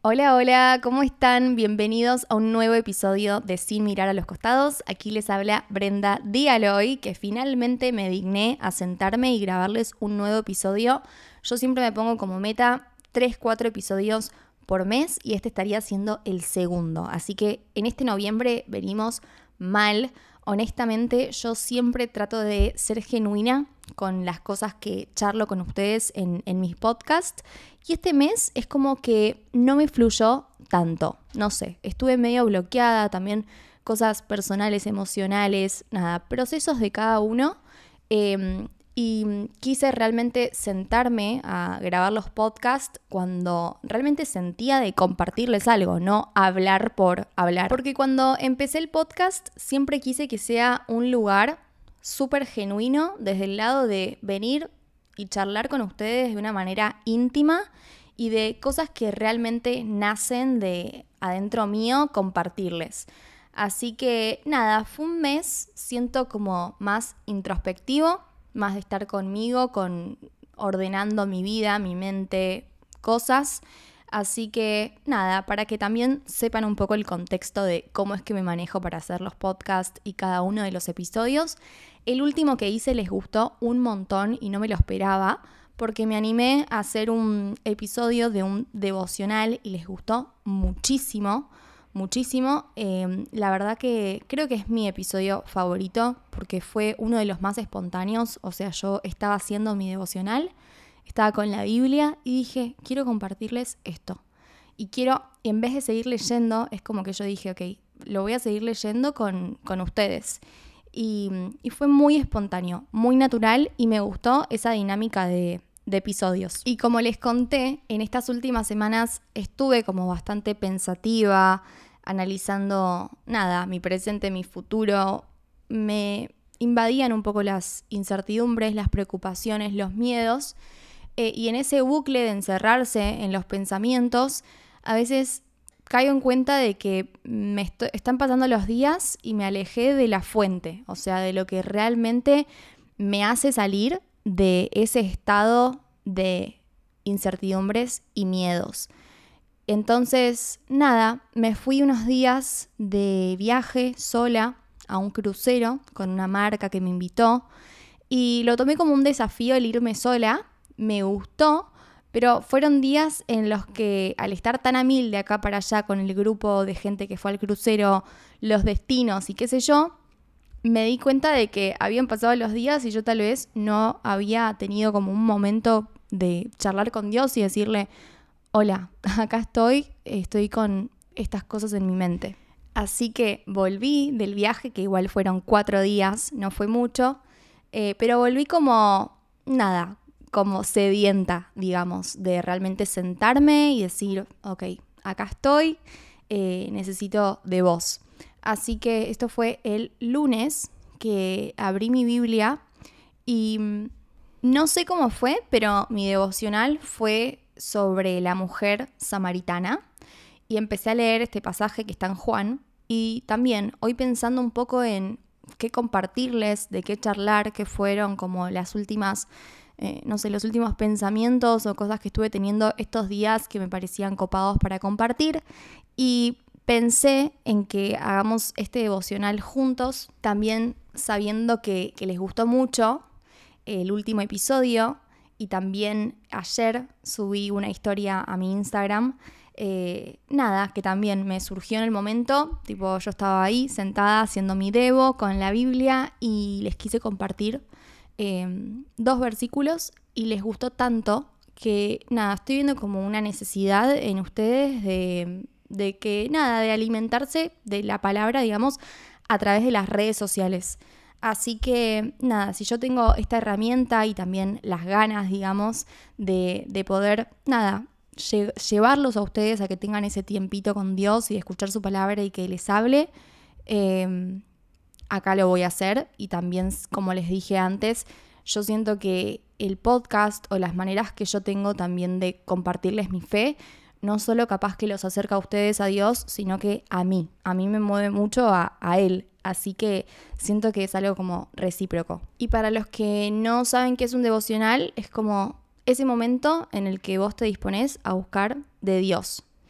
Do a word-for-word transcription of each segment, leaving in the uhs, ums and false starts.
Hola, hola, ¿cómo están? Bienvenidos a un nuevo episodio de Sin Mirar a los Costados. Aquí les habla Brenda Díaloy, que finalmente me digné a sentarme y grabarles un nuevo episodio. Yo siempre me pongo como meta tres, cuatro episodios por mes y este estaría siendo el segundo. Así que en este noviembre venimos mal. Honestamente, yo siempre trato de ser genuina con las cosas que charlo con ustedes en, en mis podcasts. Y este mes es como que no me fluyó tanto. No sé, estuve medio bloqueada, también cosas personales, emocionales, nada, procesos de cada uno. Eh, y quise realmente sentarme a grabar los podcasts cuando realmente sentía de compartirles algo, no hablar por hablar. Porque cuando empecé el podcast siempre quise que sea un lugar súper genuino desde el lado de venir y charlar con ustedes de una manera íntima y de cosas que realmente nacen de adentro mío compartirles. Así que nada, fue un mes, siento como más introspectivo, más de estar conmigo, con ordenando mi vida, mi mente, cosas. Así que nada, para que también sepan un poco el contexto de cómo es que me manejo para hacer los podcasts y cada uno de los episodios. El último que hice les gustó un montón y no me lo esperaba, porque me animé a hacer un episodio de un devocional y les gustó muchísimo, muchísimo. Eh, la verdad que creo que es mi episodio favorito porque fue uno de los más espontáneos. O sea, yo estaba haciendo mi devocional, estaba con la Biblia y dije, quiero compartirles esto. Y quiero, en vez de seguir leyendo, es como que yo dije, ok, lo voy a seguir leyendo con, con ustedes. Y, y fue muy espontáneo, muy natural y me gustó esa dinámica de, de episodios. Y como les conté, en estas últimas semanas estuve como bastante pensativa, analizando, nada, mi presente, mi futuro. Me invadían un poco las incertidumbres, las preocupaciones, los miedos. Eh, y en ese bucle de encerrarse en los pensamientos, a veces caigo en cuenta de que me est- están pasando los días y me alejé de la fuente, o sea, de lo que realmente me hace salir de ese estado de incertidumbres y miedos. Entonces, nada, me fui unos días de viaje sola a un crucero con una marca que me invitó y lo tomé como un desafío el irme sola. Me gustó, pero fueron días en los que al estar tan a mil de acá para allá con el grupo de gente que fue al crucero, los destinos y qué sé yo, me di cuenta de que habían pasado los días y yo tal vez no había tenido como un momento de charlar con Dios y decirle, hola, acá estoy, estoy con estas cosas en mi mente. Así que volví del viaje, que igual fueron cuatro días, no fue mucho, eh, pero volví como, nada, como sedienta, digamos, de realmente sentarme y decir, ok, acá estoy, eh, necesito de vos. Así que esto fue el lunes que abrí mi Biblia y no sé cómo fue, pero mi devocional fue sobre la mujer samaritana y empecé a leer este pasaje que está en Juan y también hoy pensando un poco en qué compartirles, de qué charlar, qué fueron como las últimas Eh, no sé, los últimos pensamientos o cosas que estuve teniendo estos días que me parecían copados para compartir. Y pensé en que hagamos este devocional juntos, también sabiendo que, que les gustó mucho el último episodio. Y también ayer subí una historia a mi Instagram. Eh, nada, que también me surgió en el momento. Tipo, yo estaba ahí sentada haciendo mi devo con la Biblia y les quise compartir Eh, dos versículos y les gustó tanto que nada, estoy viendo como una necesidad en ustedes de, de que nada, de alimentarse de la palabra, digamos, a través de las redes sociales. Así que nada, si yo tengo esta herramienta y también las ganas, digamos, de, de poder, nada, lle- llevarlos a ustedes a que tengan ese tiempito con Dios y escuchar su palabra y que les hable, eh, acá lo voy a hacer. Y también, como les dije antes, yo siento que el podcast o las maneras que yo tengo también de compartirles mi fe, no solo capaz que los acerca a ustedes a Dios, sino que a mí. A mí me mueve mucho a, a Él. Así que siento que es algo como recíproco. Y para los que no saben qué es un devocional, es como ese momento en el que vos te disponés a buscar de Dios.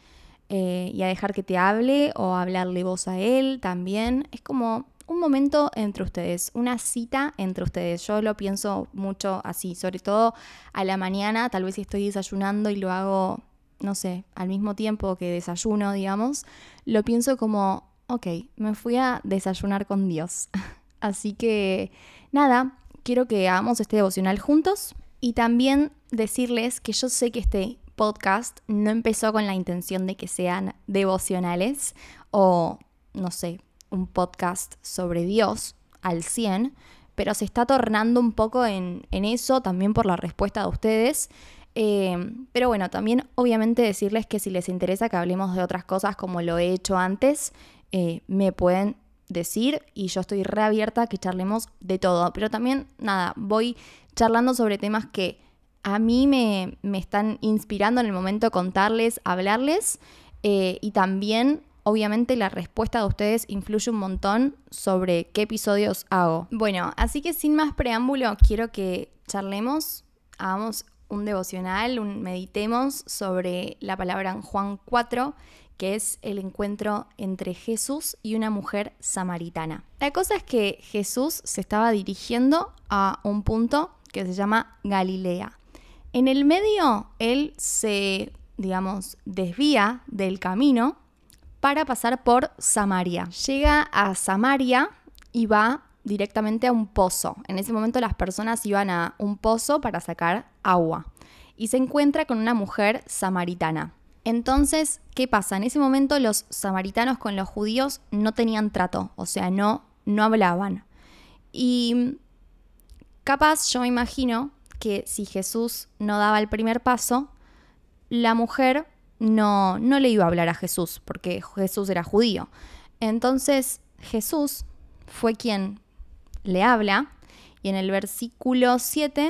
eh, y a dejar que te hable o hablarle vos a él también. Es como un momento entre ustedes, una cita entre ustedes. Yo lo pienso mucho así, sobre todo a la mañana, tal vez si estoy desayunando y lo hago, no sé, al mismo tiempo que desayuno, digamos, lo pienso como, ok, me fui a desayunar con Dios. Así que nada, quiero que hagamos este devocional juntos y también decirles que yo sé que este podcast no empezó con la intención de que sean devocionales o, no sé, un podcast sobre Dios al cien, pero se está tornando un poco en, en eso también por la respuesta de ustedes. Eh, pero bueno, también obviamente decirles que si les interesa que hablemos de otras cosas como lo he hecho antes, eh, me pueden decir y yo estoy reabierta a que charlemos de todo. Pero también, nada, voy charlando sobre temas que a mí me, me están inspirando en el momento de contarles, hablarles eh, y también obviamente la respuesta de ustedes influye un montón sobre qué episodios hago. Bueno, así que sin más preámbulo, quiero que charlemos, hagamos un devocional, un meditemos sobre la palabra en Juan cuatro, que es el encuentro entre Jesús y una mujer samaritana. La cosa es que Jesús se estaba dirigiendo a un punto que se llama Galilea. En el medio, él se, digamos, desvía del camino para pasar por Samaria. Llega a Samaria y va directamente a un pozo. En ese momento las personas iban a un pozo para sacar agua. Y se encuentra con una mujer samaritana. Entonces, ¿qué pasa? En ese momento los samaritanos con los judíos no tenían trato, o sea, no, no hablaban. Y capaz yo me imagino que si Jesús no daba el primer paso, la mujer no, no le iba a hablar a Jesús, porque Jesús era judío. Entonces Jesús fue quien le habla, y en el versículo siete,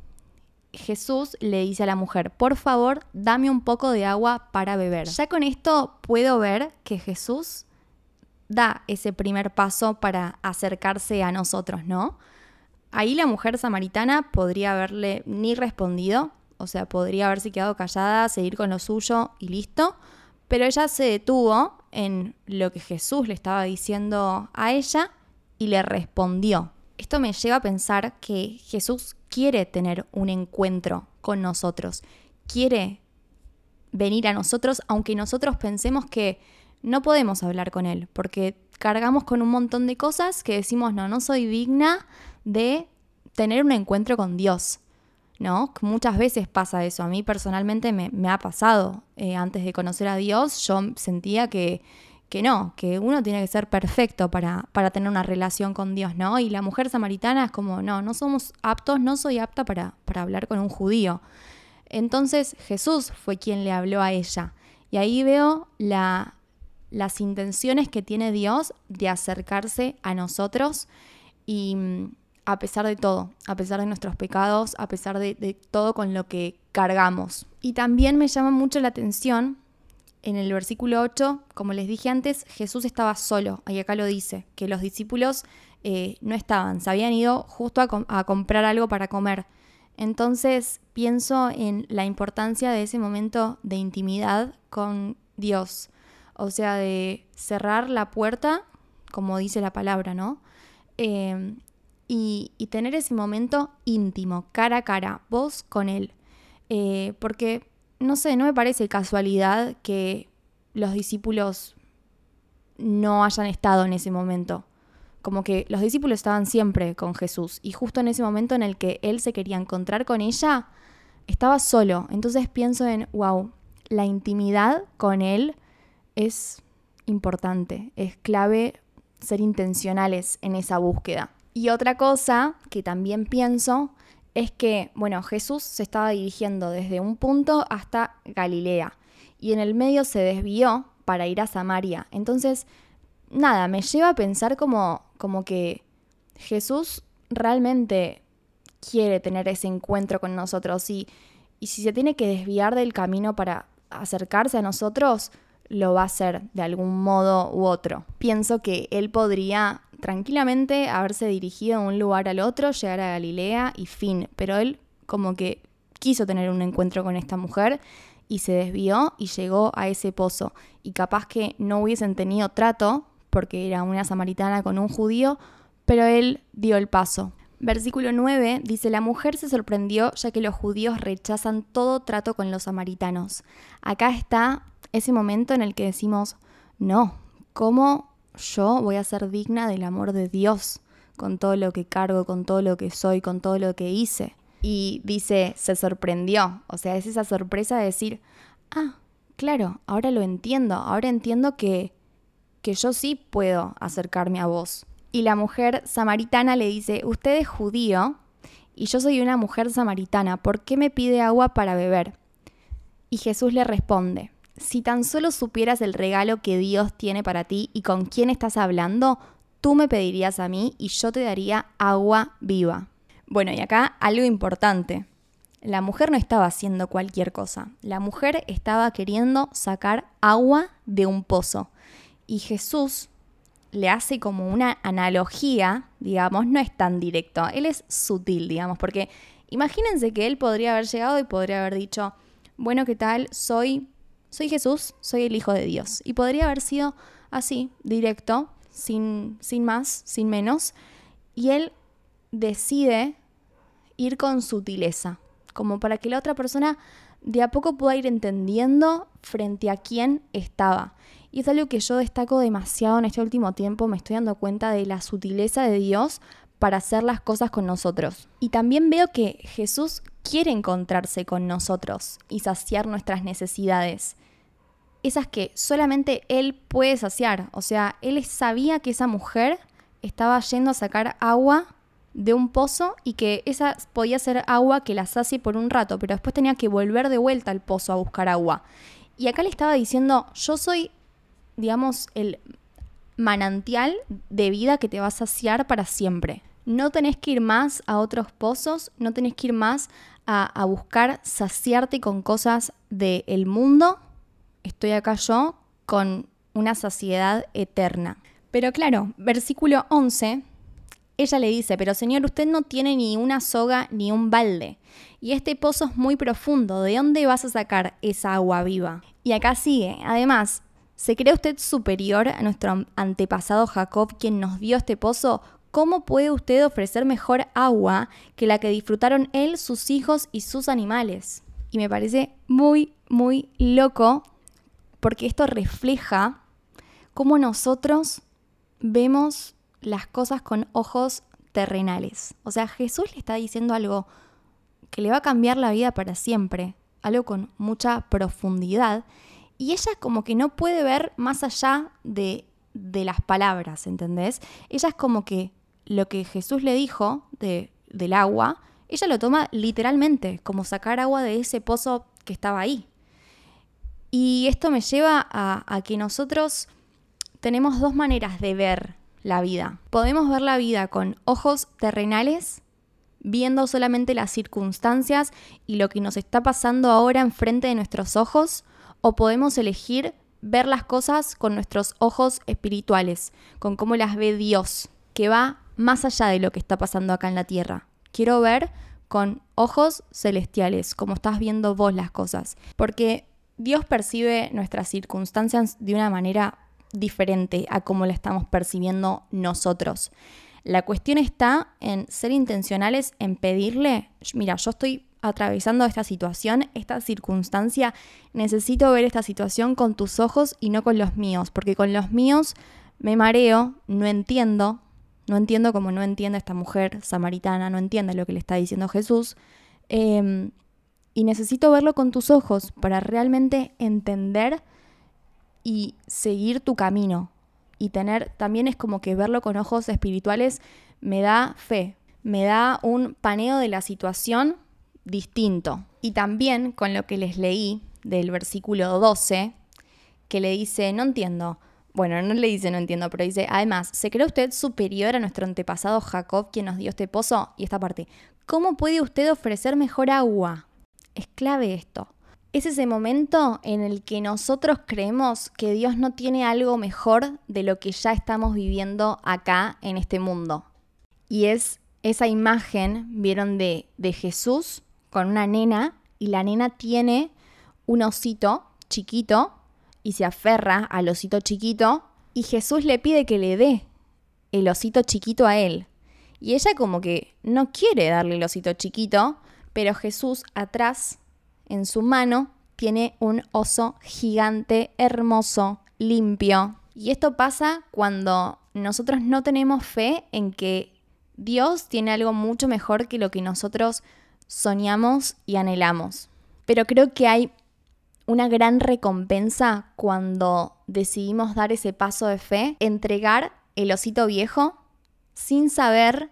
Jesús le dice a la mujer, por favor, dame un poco de agua para beber. Ya con esto puedo ver que Jesús da ese primer paso para acercarse a nosotros, ¿no? Ahí la mujer samaritana podría haberle ni respondido, o sea, podría haberse quedado callada, seguir con lo suyo y listo, pero ella se detuvo en lo que Jesús le estaba diciendo a ella y le respondió. Esto me lleva a pensar que Jesús quiere tener un encuentro con nosotros, quiere venir a nosotros, aunque nosotros pensemos que no podemos hablar con Él, porque cargamos con un montón de cosas que decimos, no, no soy digna de tener un encuentro con Dios, ¿no? Muchas veces pasa eso. A mí personalmente me, me ha pasado. Eh, antes de conocer a Dios, yo sentía que, que no, que uno tiene que ser perfecto para, para tener una relación con Dios, ¿no? Y la mujer samaritana es como, no, no somos aptos, no soy apta para, para hablar con un judío. Entonces Jesús fue quien le habló a ella. Y ahí veo la, las intenciones que tiene Dios de acercarse a nosotros y a pesar de todo, a pesar de nuestros pecados, a pesar de, de todo con lo que cargamos. Y también me llama mucho la atención, en el versículo ocho, como les dije antes, Jesús estaba solo, y acá lo dice, que los discípulos eh, no estaban, se habían ido justo a, com- a comprar algo para comer. Entonces pienso en la importancia de ese momento de intimidad con Dios, o sea, de cerrar la puerta, como dice la palabra, ¿no? Eh, Y, y tener ese momento íntimo, cara a cara, vos con Él. Eh, porque, no sé, no me parece casualidad que los discípulos no hayan estado en ese momento. Como que los discípulos estaban siempre con Jesús y justo en ese momento en el que Él se quería encontrar con ella, estaba solo. Entonces pienso en, wow, la intimidad con Él es importante, es clave ser intencionales en esa búsqueda. Y otra cosa que también pienso es que, bueno, Jesús se estaba dirigiendo desde un punto hasta Galilea y en el medio se desvió para ir a Samaria. Entonces, nada, me lleva a pensar como, como que Jesús realmente quiere tener ese encuentro con nosotros y, y si se tiene que desviar del camino para acercarse a nosotros, lo va a hacer de algún modo u otro. Pienso que Él podría tranquilamente haberse dirigido de un lugar al otro, llegar a Galilea y fin. Pero Él como que quiso tener un encuentro con esta mujer y se desvió y llegó a ese pozo. Y capaz que no hubiesen tenido trato, porque era una samaritana con un judío, pero él dio el paso. Versículo nueve dice, la mujer se sorprendió ya que los judíos rechazan todo trato con los samaritanos. Acá está ese momento en el que decimos, no, ¿cómo yo voy a ser digna del amor de Dios con todo lo que cargo, con todo lo que soy, con todo lo que hice? Y dice, se sorprendió, o sea, es esa sorpresa de decir, ah, claro, ahora lo entiendo, ahora entiendo que, que yo sí puedo acercarme a vos. Y la mujer samaritana le dice, usted es judío y yo soy una mujer samaritana, ¿por qué me pide agua para beber? Y Jesús le responde, si tan solo supieras el regalo que Dios tiene para ti y con quién estás hablando, tú me pedirías a mí y yo te daría agua viva. Bueno, y acá algo importante. La mujer no estaba haciendo cualquier cosa. La mujer estaba queriendo sacar agua de un pozo. Y Jesús le hace como una analogía, digamos, no es tan directo, él es sutil, digamos, porque imagínense que él podría haber llegado y podría haber dicho, bueno, ¿qué tal? Soy, soy Jesús, soy el Hijo de Dios. Y podría haber sido así, directo, sin, sin más, sin menos. Y él decide ir con sutileza, como para que la otra persona de a poco pueda ir entendiendo frente a quién estaba. Y es algo que yo destaco demasiado en este último tiempo, me estoy dando cuenta de la sutileza de Dios para hacer las cosas con nosotros. Y también veo que Jesús quiere encontrarse con nosotros y saciar nuestras necesidades. Esas que solamente Él puede saciar. O sea, Él sabía que esa mujer estaba yendo a sacar agua de un pozo y que esa podía ser agua que la sacie por un rato, pero después tenía que volver de vuelta al pozo a buscar agua. Y acá le estaba diciendo, yo soy, digamos, el manantial de vida que te va a saciar para siempre. No tenés que ir más a otros pozos, no tenés que ir más a, a buscar saciarte con cosas del mundo. Estoy acá yo con una saciedad eterna. Pero claro, versículo once, ella le dice, pero señor, usted no tiene ni una soga ni un balde. Y este pozo es muy profundo, ¿de dónde vas a sacar esa agua viva? Y acá sigue, además, ¿se cree usted superior a nuestro antepasado Jacob, quien nos dio este pozo? ¿Cómo puede usted ofrecer mejor agua que la que disfrutaron él, sus hijos y sus animales? Y me parece muy, muy loco, porque esto refleja cómo nosotros vemos las cosas con ojos terrenales. O sea, Jesús le está diciendo algo que le va a cambiar la vida para siempre, algo con mucha profundidad, y ella como que no puede ver más allá de, de las palabras, ¿entendés? Ella es como que lo que Jesús le dijo de, del agua, ella lo toma literalmente, como sacar agua de ese pozo que estaba ahí. Y esto me lleva a, a que nosotros tenemos dos maneras de ver la vida. Podemos ver la vida con ojos terrenales, viendo solamente las circunstancias y lo que nos está pasando ahora enfrente de nuestros ojos, o podemos elegir ver las cosas con nuestros ojos espirituales, con cómo las ve Dios, que va más allá de lo que está pasando acá en la tierra. Quiero ver con ojos celestiales, como estás viendo vos las cosas, porque Dios percibe nuestras circunstancias de una manera diferente a cómo la estamos percibiendo nosotros. La cuestión está en ser intencionales, en pedirle, mira, yo estoy atravesando esta situación, esta circunstancia, necesito ver esta situación con tus ojos y no con los míos, porque con los míos me mareo, no entiendo, no entiendo como no entiende esta mujer samaritana, no entiende lo que le está diciendo Jesús, eh, y necesito verlo con tus ojos para realmente entender y seguir tu camino. Y tener, también es como que verlo con ojos espirituales me da fe, me da un paneo de la situación distinto. Y también con lo que les leí del versículo doce, que le dice, no entiendo, bueno, no le dice no entiendo, pero dice, además, ¿se cree usted superior a nuestro antepasado Jacob, quien nos dio este pozo? Y esta parte, ¿cómo puede usted ofrecer mejor agua? Es clave esto. Es ese momento en el que nosotros creemos que Dios no tiene algo mejor de lo que ya estamos viviendo acá en este mundo. Y es esa imagen, vieron, de, de Jesús con una nena, y la nena tiene un osito chiquito y se aferra al osito chiquito y Jesús le pide que le dé el osito chiquito a él. Y ella como que no quiere darle el osito chiquito, pero Jesús atrás, en su mano, tiene un oso gigante, hermoso, limpio. Y esto pasa cuando nosotros no tenemos fe en que Dios tiene algo mucho mejor que lo que nosotros soñamos y anhelamos. Pero creo que hay una gran recompensa cuando decidimos dar ese paso de fe, entregar el osito viejo sin saber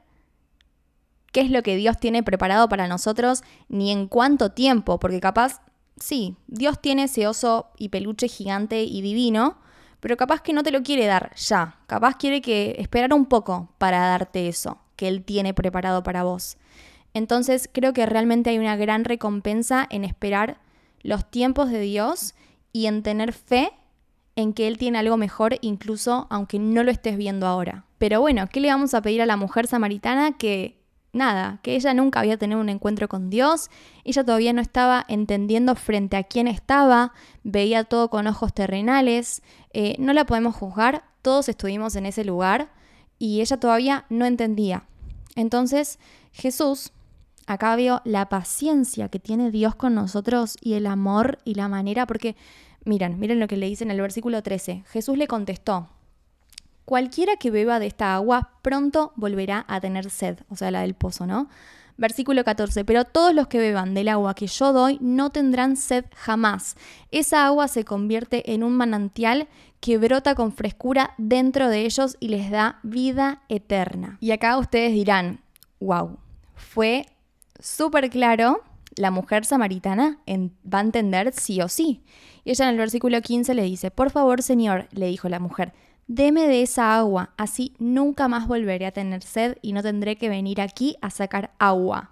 qué es lo que Dios tiene preparado para nosotros ni en cuánto tiempo, porque capaz, sí, Dios tiene ese oso y peluche gigante y divino, pero capaz que no te lo quiere dar ya, capaz quiere que esperar un poco para darte eso que Él tiene preparado para vos. Entonces creo que realmente hay una gran recompensa en esperar los tiempos de Dios y en tener fe en que Él tiene algo mejor, incluso aunque no lo estés viendo ahora. Pero bueno, ¿qué le vamos a pedir a la mujer samaritana? Que nada, que ella nunca había tenido un encuentro con Dios, ella todavía no estaba entendiendo frente a quién estaba, veía todo con ojos terrenales, eh, no la podemos juzgar, todos estuvimos en ese lugar y ella todavía no entendía. Entonces Jesús acá veo la paciencia que tiene Dios con nosotros y el amor y la manera, porque miren, miren lo que le dice en el versículo trece. Jesús le contestó: cualquiera que beba de esta agua pronto volverá a tener sed, o sea, la del pozo, ¿no? Versículo catorce, pero todos los que beban del agua que yo doy no tendrán sed jamás. Esa agua se convierte en un manantial que brota con frescura dentro de ellos y les da vida eterna. Y acá ustedes dirán, wow, fue súper claro, la mujer samaritana en, va a entender sí o sí. Y ella en el versículo quince le dice: por favor, Señor, le dijo la mujer, deme de esa agua, así nunca más volveré a tener sed y no tendré que venir aquí a sacar agua.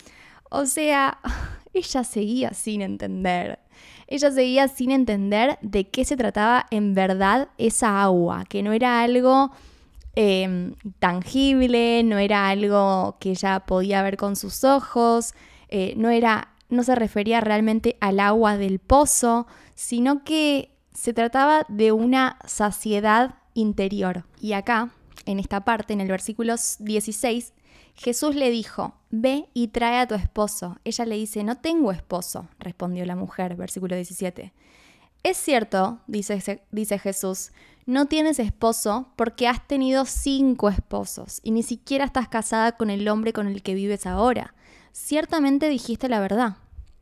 O sea, ella seguía sin entender. Ella seguía sin entender de qué se trataba en verdad esa agua, que no era algo eh, tangible, no era algo que ella podía ver con sus ojos, eh, no era, no se refería realmente al agua del pozo, sino que se trataba de una saciedad interior. Y acá, en esta parte, en el versículo dieciséis, Jesús le dijo: ve y trae a tu esposo. Ella le dice: no tengo esposo, respondió la mujer, versículo diecisiete. Es cierto, dice, dice Jesús, no tienes esposo porque has tenido cinco esposos y ni siquiera estás casada con el hombre con el que vives ahora. Ciertamente dijiste la verdad.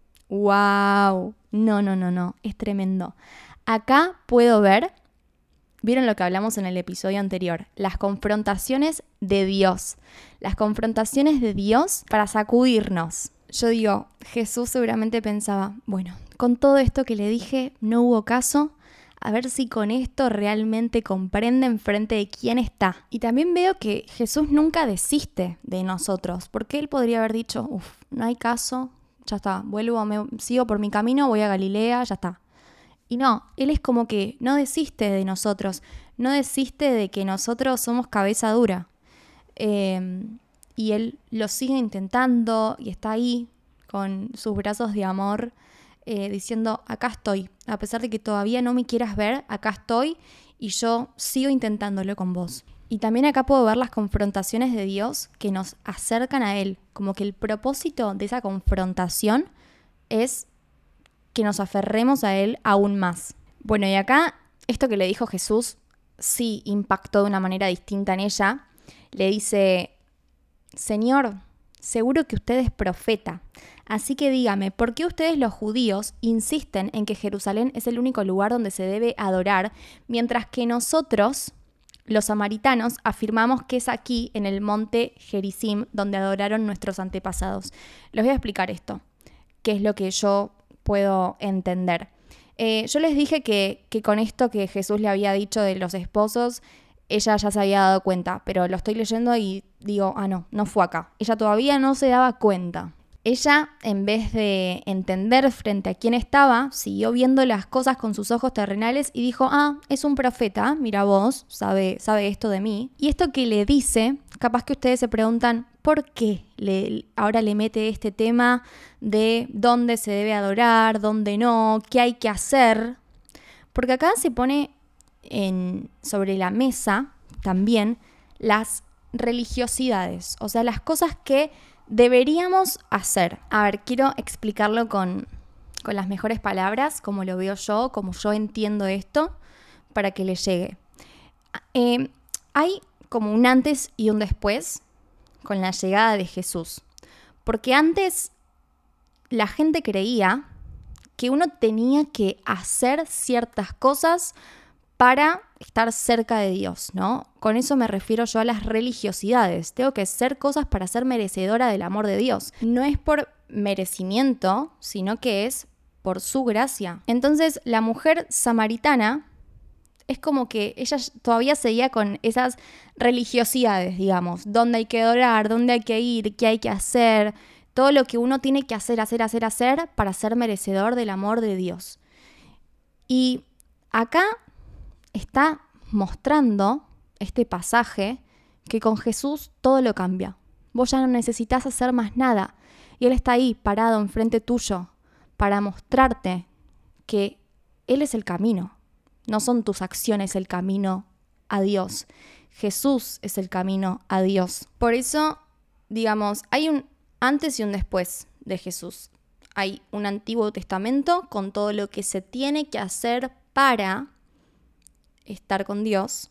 ¡Wow! No, no, no, no, es tremendo. Acá puedo ver, vieron lo que hablamos en el episodio anterior, las confrontaciones de Dios. Las confrontaciones de Dios para sacudirnos. Yo digo, Jesús seguramente pensaba, bueno, con todo esto que le dije no hubo caso, a ver si con esto realmente comprende enfrente de quién está. Y también veo que Jesús nunca desiste de nosotros, porque Él podría haber dicho, uff, no hay caso, ya está, vuelvo, me, sigo por mi camino, voy a Galilea, ya está. Y no, Él es como que no desiste de nosotros, no desiste de que nosotros somos cabeza dura. Eh, y Él lo sigue intentando y está ahí con sus brazos de amor, eh, diciendo, acá estoy, a pesar de que todavía no me quieras ver, acá estoy y yo sigo intentándolo con vos. Y también acá puedo ver las confrontaciones de Dios que nos acercan a Él, como que el propósito de esa confrontación es que nos aferremos a Él aún más. Bueno, y acá esto que le dijo Jesús sí impactó de una manera distinta en ella. Le dice: Señor, seguro que usted es profeta, así que dígame, ¿por qué ustedes los judíos insisten en que Jerusalén es el único lugar donde se debe adorar, mientras que nosotros, los samaritanos, afirmamos que es aquí, en el monte Gerizim, donde adoraron nuestros antepasados? Les voy a explicar esto, qué es lo que yo puedo entender. Eh, yo les dije que, que con esto que Jesús le había dicho de los esposos, ella ya se había dado cuenta, pero lo estoy leyendo y digo, ah, no, no fue acá. Ella todavía no se daba cuenta. Ella, en vez de entender frente a quién estaba, siguió viendo las cosas con sus ojos terrenales y dijo, ah, es un profeta, mira vos, sabe, sabe esto de mí. Y esto que le dice, capaz que ustedes se preguntan, ¿por qué le, ahora le mete este tema de dónde se debe adorar, dónde no, qué hay que hacer? Porque acá se pone en, sobre la mesa también las religiosidades, o sea, las cosas que deberíamos hacer. A ver, quiero explicarlo con, con las mejores palabras, como lo veo yo, como yo entiendo esto, para que le llegue. Eh, hay como un antes y un después con la llegada de Jesús. Porque antes la gente creía que uno tenía que hacer ciertas cosas para estar cerca de Dios, ¿no? Con eso me refiero yo a las religiosidades. Tengo que hacer cosas para ser merecedora del amor de Dios. No es por merecimiento, sino que es por su gracia. Entonces, la mujer samaritana es como que ella todavía seguía con esas religiosidades, digamos, dónde hay que adorar, dónde hay que ir, qué hay que hacer, todo lo que uno tiene que hacer, hacer, hacer, hacer para ser merecedor del amor de Dios. Y acá está mostrando este pasaje que con Jesús todo lo cambia. Vos ya no necesitas hacer más nada. Y Él está ahí, parado enfrente tuyo, para mostrarte que Él es el camino. No son tus acciones el camino a Dios. Jesús es el camino a Dios. Por eso, digamos, hay un antes y un después de Jesús. Hay un Antiguo Testamento con todo lo que se tiene que hacer para estar con Dios.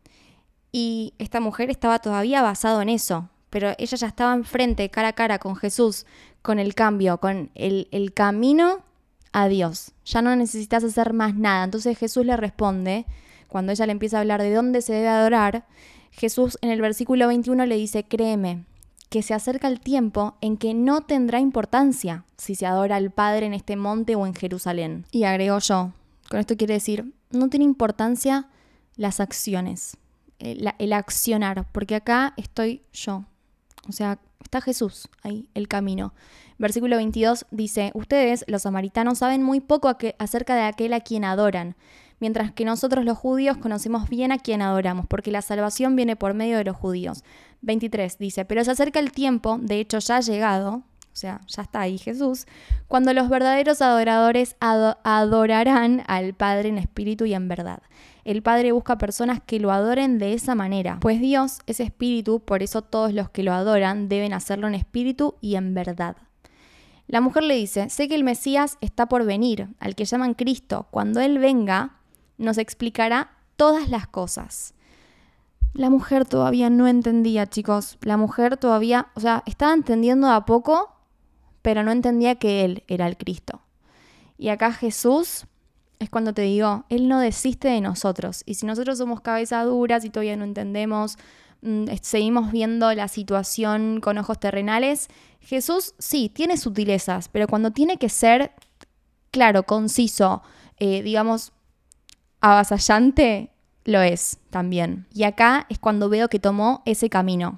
Y esta mujer estaba todavía basado en eso, pero ella ya estaba enfrente, cara a cara con Jesús, con el cambio, con el, el camino a Dios. Ya no necesitas hacer más nada. Entonces Jesús le responde, cuando ella le empieza a hablar de dónde se debe adorar, Jesús en el versículo veintiuno le dice, créeme, que se acerca el tiempo en que no tendrá importancia si se adora al Padre en este monte o en Jerusalén. Y agrego yo, con esto quiere decir, no tiene importancia las acciones, el, el accionar, porque acá estoy yo. O sea, está Jesús ahí, el camino. Versículo veintidós dice, ustedes, los samaritanos, saben muy poco a que, acerca de aquel a quien adoran, mientras que nosotros los judíos conocemos bien a quien adoramos, porque la salvación viene por medio de los judíos. veintitrés dice, pero se acerca el tiempo, de hecho ya ha llegado, o sea, ya está ahí Jesús, cuando los verdaderos adoradores ado- adorarán al Padre en espíritu y en verdad. El Padre busca personas que lo adoren de esa manera, pues Dios es espíritu, por eso todos los que lo adoran deben hacerlo en espíritu y en verdad. La mujer le dice, sé que el Mesías está por venir, al que llaman Cristo. Cuando Él venga, nos explicará todas las cosas. La mujer todavía no entendía, chicos. La mujer todavía, o sea, estaba entendiendo de a poco, pero no entendía que Él era el Cristo. Y acá Jesús es cuando te digo, Él no desiste de nosotros. Y si nosotros somos cabeza duras y todavía no entendemos, mmm, seguimos viendo la situación con ojos terrenales, Jesús sí, tiene sutilezas, pero cuando tiene que ser, claro, conciso, eh, digamos, avasallante, lo es también. Y acá es cuando veo que tomó ese camino.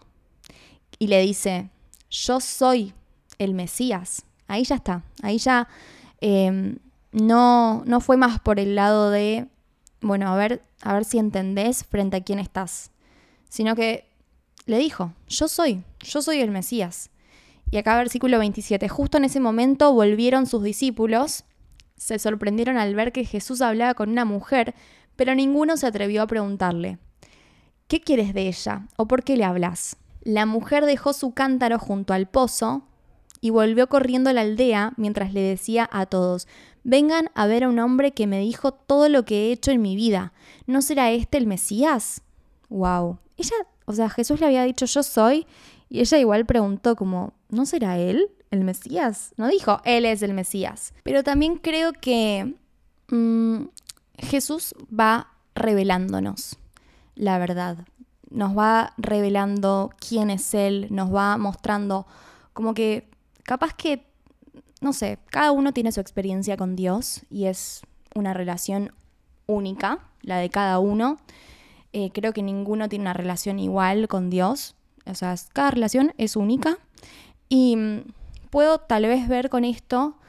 Y le dice, yo soy el Mesías. Ahí ya está. Ahí ya eh, no, no fue más por el lado de, bueno, a ver, a ver si entendés frente a quién estás. Sino que le dijo, yo soy, yo soy el Mesías. Y acá versículo veintisiete, justo en ese momento volvieron sus discípulos, se sorprendieron al ver que Jesús hablaba con una mujer, pero ninguno se atrevió a preguntarle, ¿qué quieres de ella? ¿O por qué le hablas? La mujer dejó su cántaro junto al pozo y volvió corriendo a la aldea mientras le decía a todos, vengan a ver a un hombre que me dijo todo lo que he hecho en mi vida. ¿No será este el Mesías? Wow. Ella, o sea, Jesús le había dicho yo soy y ella igual preguntó como, ¿no será él el Mesías? No dijo, él es el Mesías. Pero también creo que mmm, Jesús va revelándonos la verdad. Nos va revelando quién es Él, nos va mostrando como que capaz que, no sé, cada uno tiene su experiencia con Dios y es una relación única, la de cada uno. Eh, creo que ninguno tiene una relación igual con Dios. O sea, cada relación es única. Y puedo tal vez ver con esto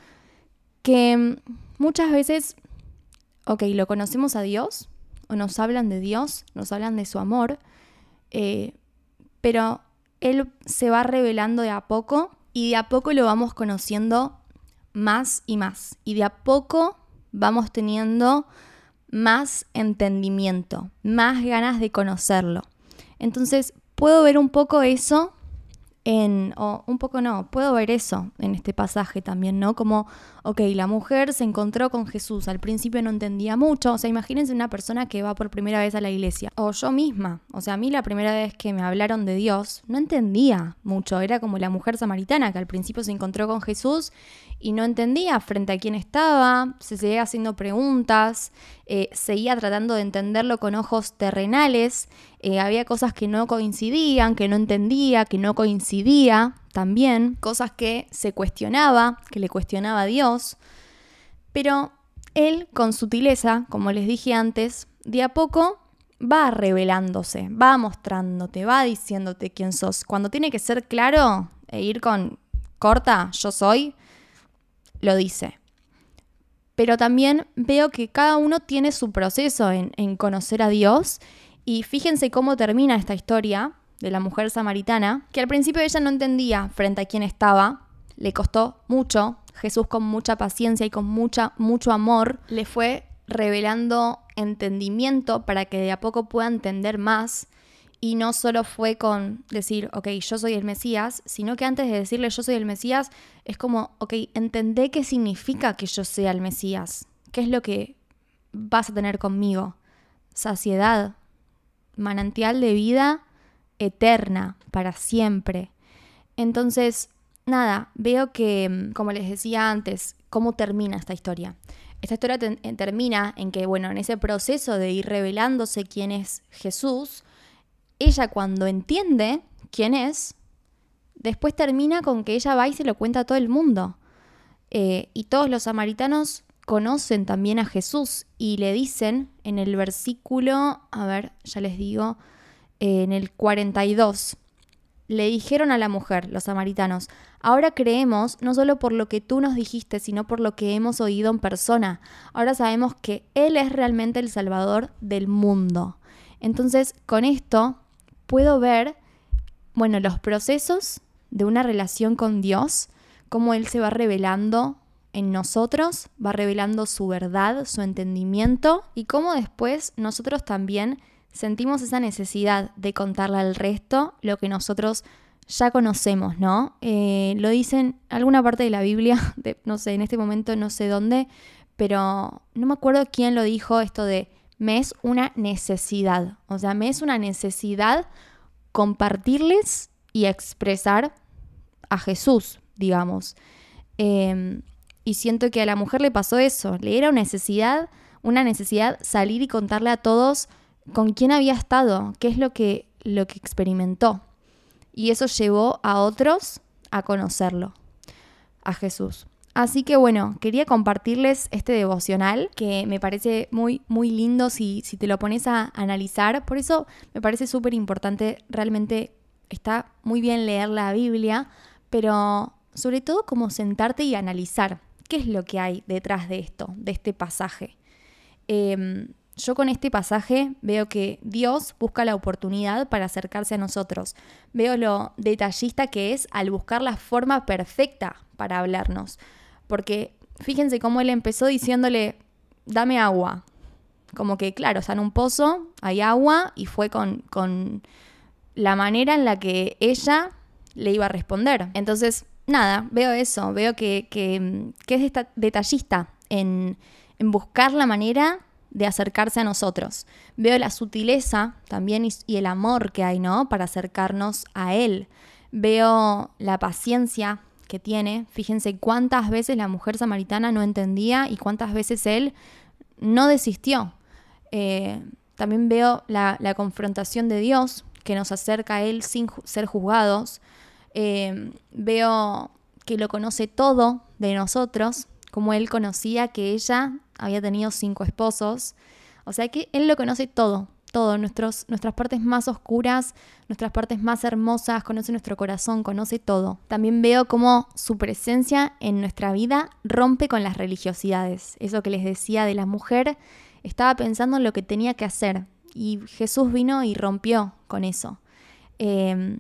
que muchas veces, ok, lo conocemos a Dios, o nos hablan de Dios, nos hablan de su amor, eh, pero Él se va revelando de a poco y de a poco lo vamos conociendo más y más. Y de a poco vamos teniendo más entendimiento, más ganas de conocerlo. Entonces, puedo ver un poco eso en, o un poco no, puedo ver eso en este pasaje también, ¿no? Como, ok, la mujer se encontró con Jesús, al principio no entendía mucho, o sea, imagínense una persona que va por primera vez a la iglesia, o yo misma, o sea, a mí la primera vez que me hablaron de Dios, no entendía mucho, era como la mujer samaritana que al principio se encontró con Jesús y no entendía frente a quién estaba, se seguía haciendo preguntas, eh, seguía tratando de entenderlo con ojos terrenales, eh, había cosas que no coincidían, que no entendía, que no coincidía también, cosas que se cuestionaba, que le cuestionaba a Dios, pero él con sutileza, como les dije antes, de a poco va revelándose, va mostrándote, va diciéndote quién sos. Cuando tiene que ser claro e ir con corta, yo soy, lo dice. Pero también veo que cada uno tiene su proceso en, en conocer a Dios. Y fíjense cómo termina esta historia de la mujer samaritana, que al principio ella no entendía frente a quién estaba, le costó mucho. Jesús con mucha paciencia y con mucha, mucho amor le fue revelando entendimiento para que de a poco pueda entender más. Y no solo fue con decir, ok, yo soy el Mesías, sino que antes de decirle yo soy el Mesías, es como, ok, entendé qué significa que yo sea el Mesías. ¿Qué es lo que vas a tener conmigo? Saciedad, manantial de vida eterna, para siempre. Entonces, nada, veo que, como les decía antes, cómo termina esta historia. Esta historia te- termina en que, bueno, en ese proceso de ir revelándose quién es Jesús, ella cuando entiende quién es, después termina con que ella va y se lo cuenta a todo el mundo. Eh, y todos los samaritanos conocen también a Jesús y le dicen en el versículo, a ver, ya les digo, eh, en el cuarenta y dos, le dijeron a la mujer, los samaritanos, ahora creemos no solo por lo que tú nos dijiste, sino por lo que hemos oído en persona. Ahora sabemos que Él es realmente el Salvador del mundo. Entonces, con esto puedo ver, bueno, los procesos de una relación con Dios, cómo Él se va revelando en nosotros, va revelando su verdad, su entendimiento, y cómo después nosotros también sentimos esa necesidad de contarle al resto lo que nosotros ya conocemos, ¿no? Eh, lo dicen en alguna parte de la Biblia, de, no sé, en este momento no sé dónde, pero no me acuerdo quién lo dijo, esto de me es una necesidad. O sea, me es una necesidad compartirles y expresar a Jesús, digamos. Eh, y siento que a la mujer le pasó eso. Le era una necesidad, una necesidad salir y contarle a todos con quién había estado, qué es lo que, lo que experimentó. Y eso llevó a otros a conocerlo, a Jesús. Así que bueno, quería compartirles este devocional que me parece muy, muy lindo si, si te lo pones a analizar. Por eso me parece súper importante, realmente está muy bien leer la Biblia, pero sobre todo como sentarte y analizar qué es lo que hay detrás de esto, de este pasaje. Eh, yo con este pasaje veo que Dios busca la oportunidad para acercarse a nosotros. Veo lo detallista que es al buscar la forma perfecta para hablarnos. Porque fíjense cómo él empezó diciéndole, dame agua. Como que, claro, está en un pozo, hay agua, y fue con, con la manera en la que ella le iba a responder. Entonces, nada, veo eso, veo que, que, que es detallista en, en buscar la manera de acercarse a nosotros. Veo la sutileza también y, y el amor que hay, ¿no? Para acercarnos a él. Veo la paciencia que tiene. Fíjense cuántas veces la mujer samaritana no entendía y cuántas veces él no desistió. Eh, también veo la, la confrontación de Dios que nos acerca a él sin ju- ser juzgados. Eh, veo que lo conoce todo de nosotros, como él conocía que ella había tenido cinco esposos. O sea que él lo conoce todo, todo, nuestros, nuestras partes más oscuras, nuestras partes más hermosas, conoce nuestro corazón, conoce todo. También veo cómo su presencia en nuestra vida rompe con las religiosidades. Eso que les decía de la mujer, estaba pensando en lo que tenía que hacer y Jesús vino y rompió con eso. Eh,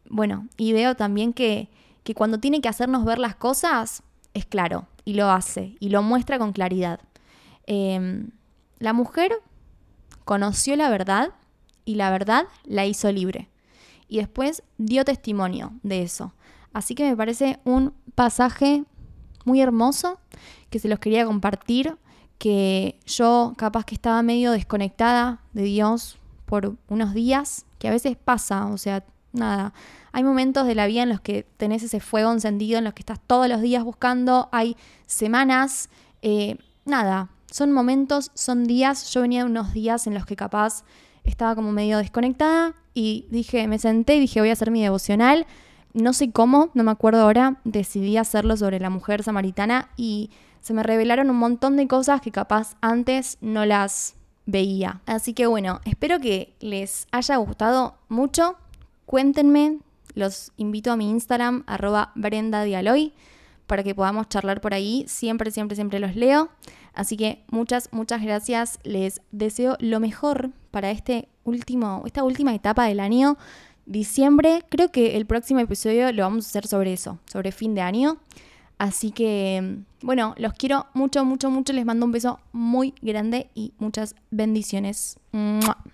bueno, y veo también que, que cuando tiene que hacernos ver las cosas, es claro, y lo hace, y lo muestra con claridad. Eh, la mujer conoció la verdad y la verdad la hizo libre. Y después dio testimonio de eso. Así que me parece un pasaje muy hermoso que se los quería compartir, que yo capaz que estaba medio desconectada de Dios por unos días, que a veces pasa, o sea, nada. Hay momentos de la vida en los que tenés ese fuego encendido, en los que estás todos los días buscando, hay semanas, eh, nada, son momentos, son días. Yo venía de unos días en los que capaz estaba como medio desconectada y dije, me senté y dije voy a hacer mi devocional. No sé cómo, no me acuerdo ahora, decidí hacerlo sobre la mujer samaritana y se me revelaron un montón de cosas que capaz antes no las veía. Así que bueno, espero que les haya gustado mucho. Cuéntenme, los invito a mi Instagram, arroba Brenda Dialoy, para que podamos charlar por ahí. Siempre, siempre, siempre los leo. Así que muchas, muchas gracias. Les deseo lo mejor para este último, esta última etapa del año. Diciembre, creo que el próximo episodio lo vamos a hacer sobre eso, sobre fin de año. Así que, bueno, los quiero mucho, mucho, mucho. Les mando un beso muy grande y muchas bendiciones. ¡Mua!